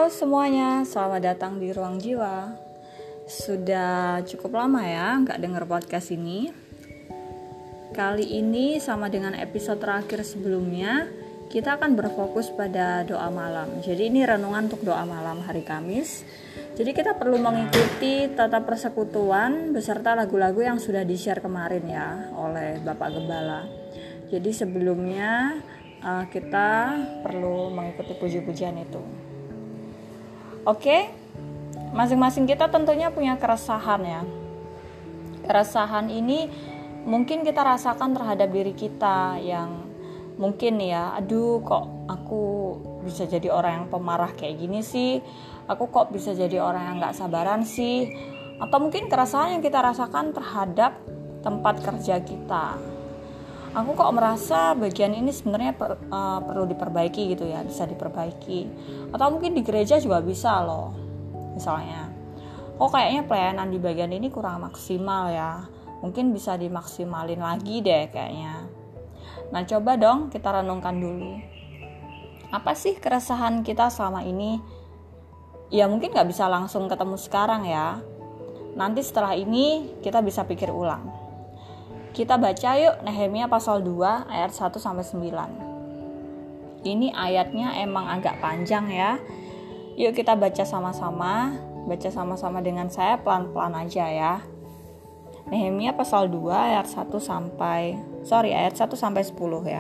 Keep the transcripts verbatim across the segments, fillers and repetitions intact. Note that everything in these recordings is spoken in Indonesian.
Halo semuanya, selamat datang di Ruang Jiwa. Sudah cukup lama ya nggak denger podcast ini. Kali ini sama dengan episode terakhir sebelumnya, kita akan berfokus pada doa malam. Jadi ini renungan untuk doa malam hari Kamis. Jadi kita perlu mengikuti tata persekutuan beserta lagu-lagu yang sudah di-share kemarin ya oleh Bapak Gembala. Jadi sebelumnya uh, kita perlu mengikuti puji-pujian itu. Oke, masing-masing kita tentunya punya keresahan ya. Keresahan ini mungkin kita rasakan terhadap diri kita yang mungkin ya, aduh kok aku bisa jadi orang yang pemarah kayak gini sih, aku kok bisa jadi orang yang gak sabaran sih, atau mungkin keresahan yang kita rasakan terhadap tempat kerja kita. Aku kok merasa bagian ini sebenarnya per, uh, perlu diperbaiki gitu ya, bisa diperbaiki. Atau mungkin di gereja juga bisa loh. Misalnya, kok kayaknya pelayanan di bagian ini kurang maksimal ya. Mungkin bisa dimaksimalin lagi deh kayaknya. Nah, coba dong kita renungkan dulu. Apa sih keresahan kita selama ini? Ya mungkin gak bisa langsung ketemu sekarang ya. Nanti setelah ini kita bisa pikir ulang. Kita baca yuk Nehemia pasal dua ayat satu sampai sembilan. Ini ayatnya emang agak panjang ya. Yuk kita baca sama-sama. Baca sama-sama dengan saya pelan-pelan aja ya. Nehemia pasal dua ayat satu sampai sorry ayat satu sampai sepuluh ya.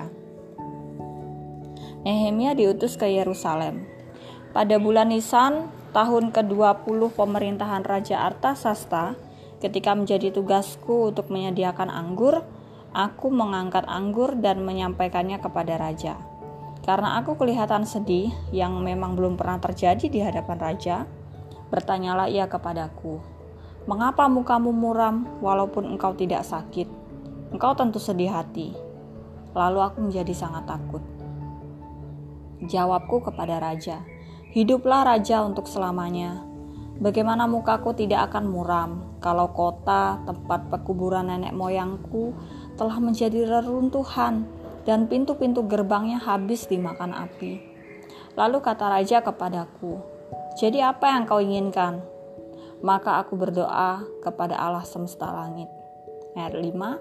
Nehemia diutus ke Yerusalem. Pada bulan Nisan tahun kedua puluh pemerintahan Raja Artasasta, ketika menjadi tugasku untuk menyediakan anggur, aku mengangkat anggur dan menyampaikannya kepada raja. Karena aku kelihatan sedih yang memang belum pernah terjadi di hadapan raja, bertanyalah ia kepadaku, "Mengapa mukamu muram walaupun engkau tidak sakit? Engkau tentu sedih hati." Lalu aku menjadi sangat takut. Jawabku kepada raja, "Hiduplah raja untuk selamanya. Bagaimana mukaku tidak akan muram kalau kota tempat pekuburan nenek moyangku telah menjadi reruntuhan dan pintu-pintu gerbangnya habis dimakan api?" Lalu kata raja kepadaku, "Jadi apa yang kau inginkan?" Maka aku berdoa kepada Allah semesta langit. Ayat lima.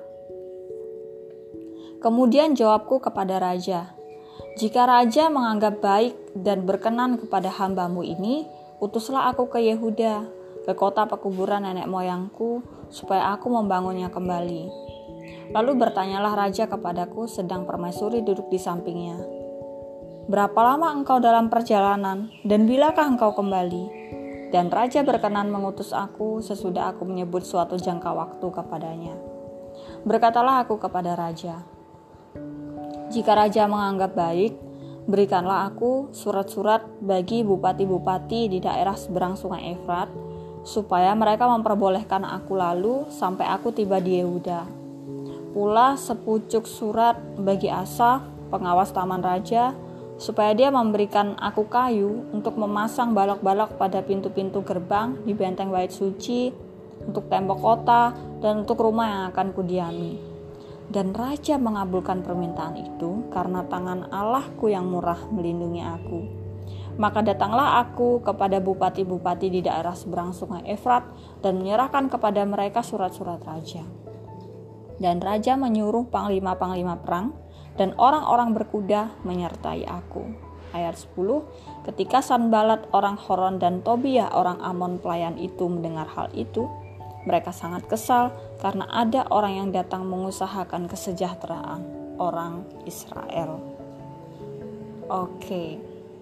Kemudian jawabku kepada raja, "Jika raja menganggap baik dan berkenan kepada hambamu ini, utuslah aku ke Yehuda, ke kota pekuburan nenek moyangku, supaya aku membangunnya kembali." Lalu bertanyalah raja kepadaku sedang permaisuri duduk di sampingnya, "Berapa lama engkau dalam perjalanan, dan bilakah engkau kembali?" Dan raja berkenan mengutus aku sesudah aku menyebut suatu jangka waktu kepadanya. Berkatalah aku kepada raja, "Jika raja menganggap baik, berikanlah aku surat-surat bagi bupati-bupati di daerah seberang sungai Efrat, supaya mereka memperbolehkan aku lalu sampai aku tiba di Yehuda. Pula sepucuk surat bagi Asaf, pengawas taman raja, supaya dia memberikan aku kayu untuk memasang balok-balok pada pintu-pintu gerbang di benteng bait suci, untuk tembok kota, dan untuk rumah yang akan kudiami." Dan raja mengabulkan permintaan itu karena tangan Allahku yang murah melindungi aku. Maka datanglah aku kepada bupati-bupati di daerah seberang sungai Efrat dan menyerahkan kepada mereka surat-surat raja. Dan raja menyuruh panglima-panglima perang dan orang-orang berkuda menyertai aku. Ayat sepuluh. Ketika Sanbalat orang Horon dan Tobiah orang Amon pelayan itu mendengar hal itu, mereka sangat kesal karena ada orang yang datang mengusahakan kesejahteraan orang Israel. Oke.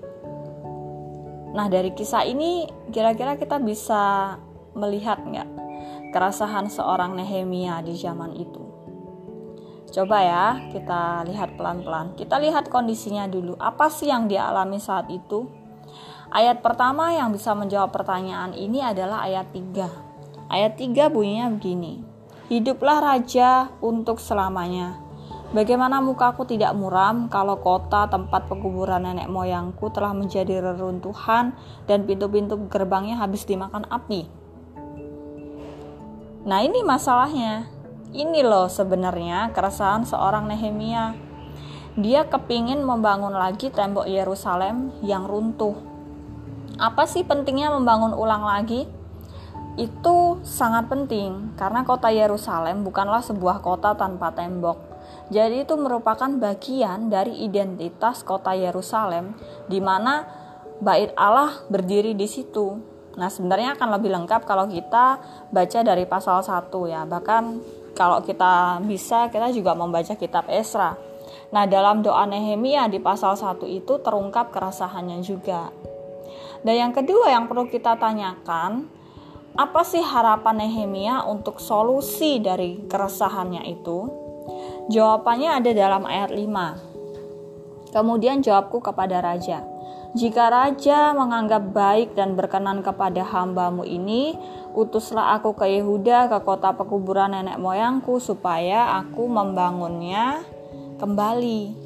Nah, dari kisah ini kira-kira kita bisa melihat nggak keresahan seorang Nehemia di zaman itu? Coba ya kita lihat pelan-pelan. Kita lihat kondisinya dulu. Apa sih yang dia alami saat itu? Ayat pertama yang bisa menjawab pertanyaan ini adalah ayat tiga. Ayat tiga bunyinya begini, "Hiduplah raja untuk selamanya. Bagaimana mukaku tidak muram kalau kota tempat pekuburan nenek moyangku telah menjadi reruntuhan dan pintu-pintu gerbangnya habis dimakan api." Nah, ini masalahnya. Ini loh sebenarnya keresahan seorang Nehemia. Dia kepingin membangun lagi tembok Yerusalem yang runtuh. Apa sih pentingnya membangun ulang lagi? Itu sangat penting karena kota Yerusalem bukanlah sebuah kota tanpa tembok. Jadi itu merupakan bagian dari identitas kota Yerusalem, di mana bait Allah berdiri di situ. Nah, sebenarnya akan lebih lengkap kalau kita baca dari pasal satu ya. Bahkan kalau kita bisa, kita juga membaca kitab Esra. Nah, dalam doa Nehemia di pasal satu itu terungkap keresahannya juga. Dan yang kedua yang perlu kita tanyakan, apa sih harapan Nehemia untuk solusi dari keresahannya itu? Jawabannya ada dalam ayat lima. Kemudian jawabku kepada raja, jika raja menganggap baik dan berkenan kepada hambamu ini, utuslah aku ke Yehuda, ke kota pekuburan nenek moyangku, supaya aku membangunnya kembali.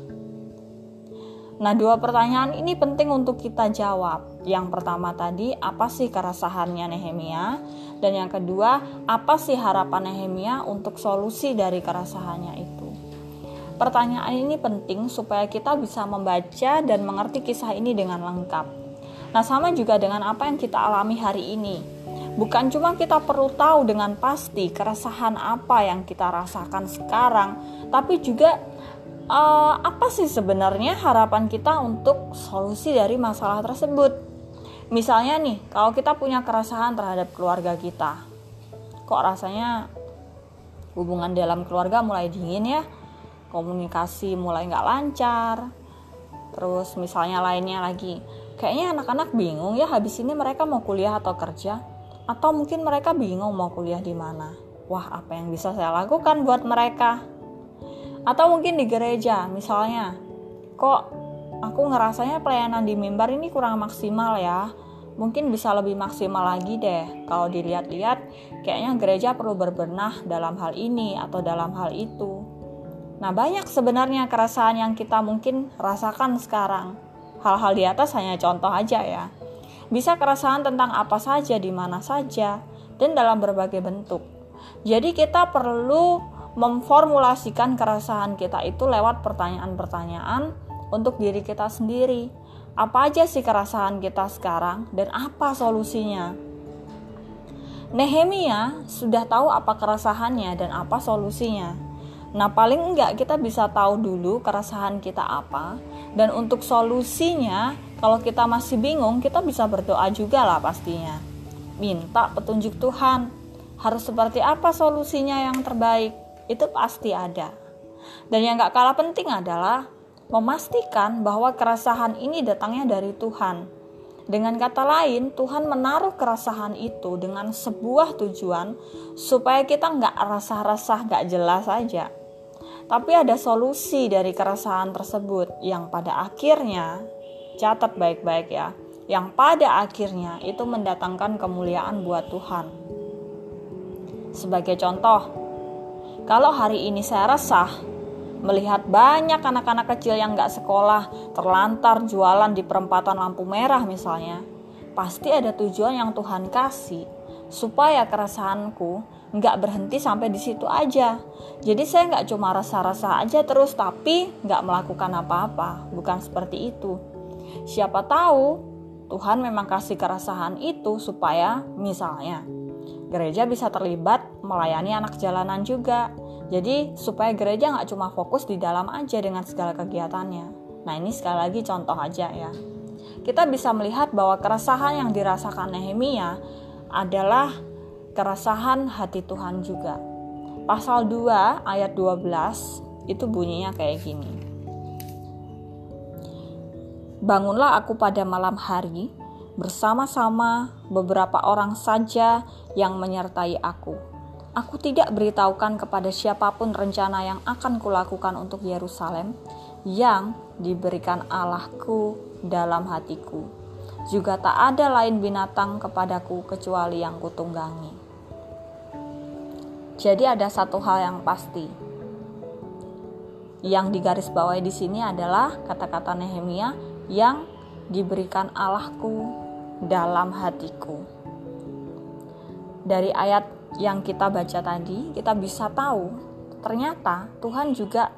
Nah, dua pertanyaan ini penting untuk kita jawab. Yang pertama tadi, apa sih keresahannya Nehemia? Dan yang kedua, apa sih harapan Nehemia untuk solusi dari keresahannya itu? Pertanyaan ini penting supaya kita bisa membaca dan mengerti kisah ini dengan lengkap. Nah, sama juga dengan apa yang kita alami hari ini. Bukan cuma kita perlu tahu dengan pasti keresahan apa yang kita rasakan sekarang, tapi juga uh, apa sih sebenarnya harapan kita untuk solusi dari masalah tersebut. Misalnya nih, kalau kita punya keresahan terhadap keluarga kita, kok rasanya hubungan dalam keluarga mulai dingin ya, komunikasi mulai gak lancar. Terus misalnya lainnya lagi, kayaknya anak-anak bingung ya habis ini mereka mau kuliah atau kerja, atau mungkin mereka bingung mau kuliah di mana. Wah, apa yang bisa saya lakukan buat mereka? Atau mungkin di gereja, misalnya, kok aku ngerasanya pelayanan di mimbar ini kurang maksimal ya, mungkin bisa lebih maksimal lagi deh. Kalau dilihat-lihat, kayaknya gereja perlu berbenah dalam hal ini atau dalam hal itu. Nah, banyak sebenarnya keresahan yang kita mungkin rasakan sekarang. Hal-hal di atas hanya contoh aja ya. Bisa keresahan tentang apa saja, di mana saja, dan dalam berbagai bentuk. Jadi kita perlu memformulasikan keresahan kita itu lewat pertanyaan-pertanyaan untuk diri kita sendiri. Apa aja sih keresahan kita sekarang dan apa solusinya? Nehemia sudah tahu apa keresahannya dan apa solusinya. Nah, paling enggak kita bisa tahu dulu keresahan kita apa, dan untuk solusinya kalau kita masih bingung, kita bisa berdoa juga lah pastinya. Minta petunjuk Tuhan, harus seperti apa solusinya yang terbaik, itu pasti ada. Dan yang enggak kalah penting adalah memastikan bahwa keresahan ini datangnya dari Tuhan. Dengan kata lain, Tuhan menaruh keresahan itu dengan sebuah tujuan supaya kita enggak resah-resah, enggak jelas saja. Tapi ada solusi dari keresahan tersebut yang pada akhirnya, catat baik-baik ya, yang pada akhirnya itu mendatangkan kemuliaan buat Tuhan. Sebagai contoh, kalau hari ini saya resah melihat banyak anak-anak kecil yang gak sekolah terlantar jualan di perempatan lampu merah misalnya, pasti ada tujuan yang Tuhan kasih supaya keresahanku gak berhenti sampai di situ aja. Jadi saya gak cuma resah-resah aja terus tapi gak melakukan apa-apa. Bukan seperti itu. Siapa tahu Tuhan memang kasih keresahan itu supaya misalnya gereja bisa terlibat melayani anak jalanan juga. Jadi supaya gereja gak cuma fokus di dalam aja dengan segala kegiatannya. Nah, ini sekali lagi contoh aja ya. Kita bisa melihat bahwa keresahan yang dirasakan Nehemia adalah keresahan hati Tuhan juga. Pasal dua ayat dua belas itu bunyinya kayak gini. Bangunlah aku pada malam hari bersama-sama beberapa orang saja yang menyertai aku. Aku tidak beritahukan kepada siapapun rencana yang akan kulakukan untuk Yerusalem yang diberikan Allahku dalam hatiku. Juga tak ada lain binatang kepadaku kecuali yang kutunggangi. Jadi ada satu hal yang pasti. Yang digarisbawahi di sini adalah kata-kata Nehemia yang diberikan Allahku dalam hatiku. Dari ayat yang kita baca tadi, kita bisa tahu ternyata Tuhan juga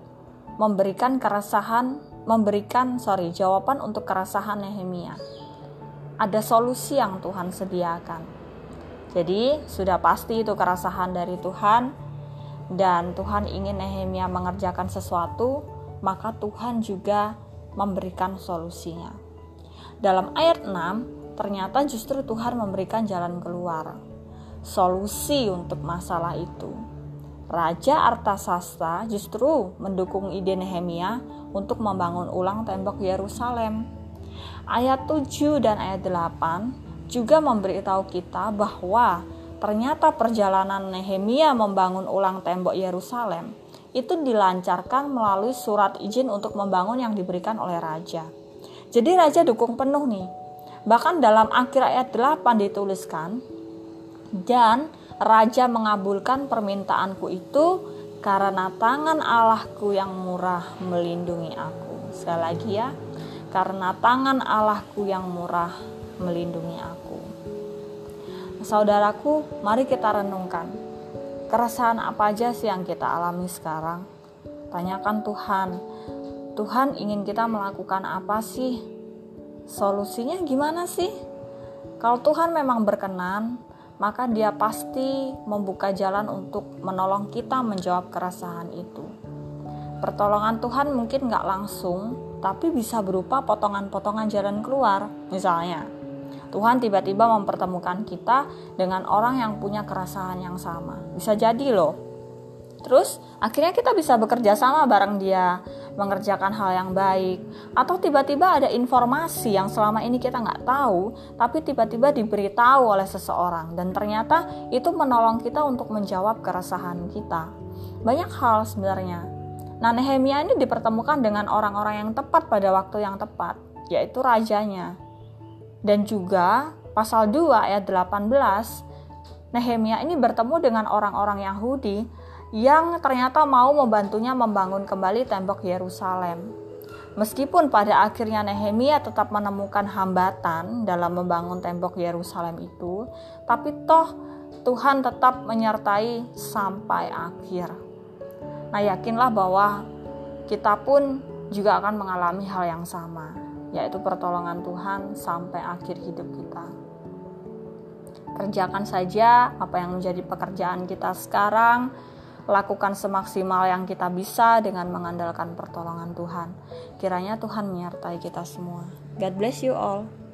memberikan keresahan, memberikan sorry jawaban untuk keresahan Nehemia. ada solusi yang Tuhan sediakan. Jadi sudah pasti itu keresahan dari Tuhan, dan Tuhan ingin Nehemia mengerjakan sesuatu, maka Tuhan juga memberikan solusinya. Dalam ayat enam, ternyata justru Tuhan memberikan jalan keluar, solusi untuk masalah itu. Raja Artasasta justru mendukung ide Nehemia untuk membangun ulang tembok Yerusalem. Ayat tujuh dan ayat delapan juga memberitahu kita bahwa ternyata perjalanan Nehemia membangun ulang tembok Yerusalem itu dilancarkan melalui surat izin untuk membangun yang diberikan oleh raja. Jadi raja dukung penuh nih. Bahkan dalam akhir ayat delapan dituliskan, dan raja mengabulkan permintaanku itu karena tangan Allahku yang murah melindungi aku. Sekali lagi ya, karena tangan Allahku yang murah melindungi aku. Saudaraku, mari kita renungkan, keresahan apa aja sih yang kita alami sekarang? Tanyakan Tuhan, Tuhan ingin kita melakukan apa sih? Solusinya gimana sih? Kalau Tuhan memang berkenan, maka Dia pasti membuka jalan untuk menolong kita menjawab keresahan itu. Pertolongan Tuhan mungkin gak langsung, tapi bisa berupa potongan-potongan jalan keluar. Misalnya, Tuhan tiba-tiba mempertemukan kita dengan orang yang punya keresahan yang sama. Bisa jadi loh. Terus akhirnya kita bisa bekerja sama bareng dia, mengerjakan hal yang baik. Atau tiba-tiba ada informasi yang selama ini kita gak tahu, tapi tiba-tiba diberitahu oleh seseorang. Dan ternyata itu menolong kita untuk menjawab keresahan kita. Banyak hal sebenarnya. Nah, Nehemia ini dipertemukan dengan orang-orang yang tepat pada waktu yang tepat, yaitu rajanya. Dan juga pasal dua ayat delapan belas, Nehemia ini bertemu dengan orang-orang Yahudi yang ternyata mau membantunya membangun kembali tembok Yerusalem. Meskipun pada akhirnya Nehemia tetap menemukan hambatan dalam membangun tembok Yerusalem itu, tapi toh Tuhan tetap menyertai sampai akhir. Nah, yakinlah bahwa kita pun juga akan mengalami hal yang sama, yaitu pertolongan Tuhan sampai akhir hidup kita. Kerjakan saja apa yang menjadi pekerjaan kita sekarang, lakukan semaksimal yang kita bisa dengan mengandalkan pertolongan Tuhan. Kiranya Tuhan menyertai kita semua. God bless you all.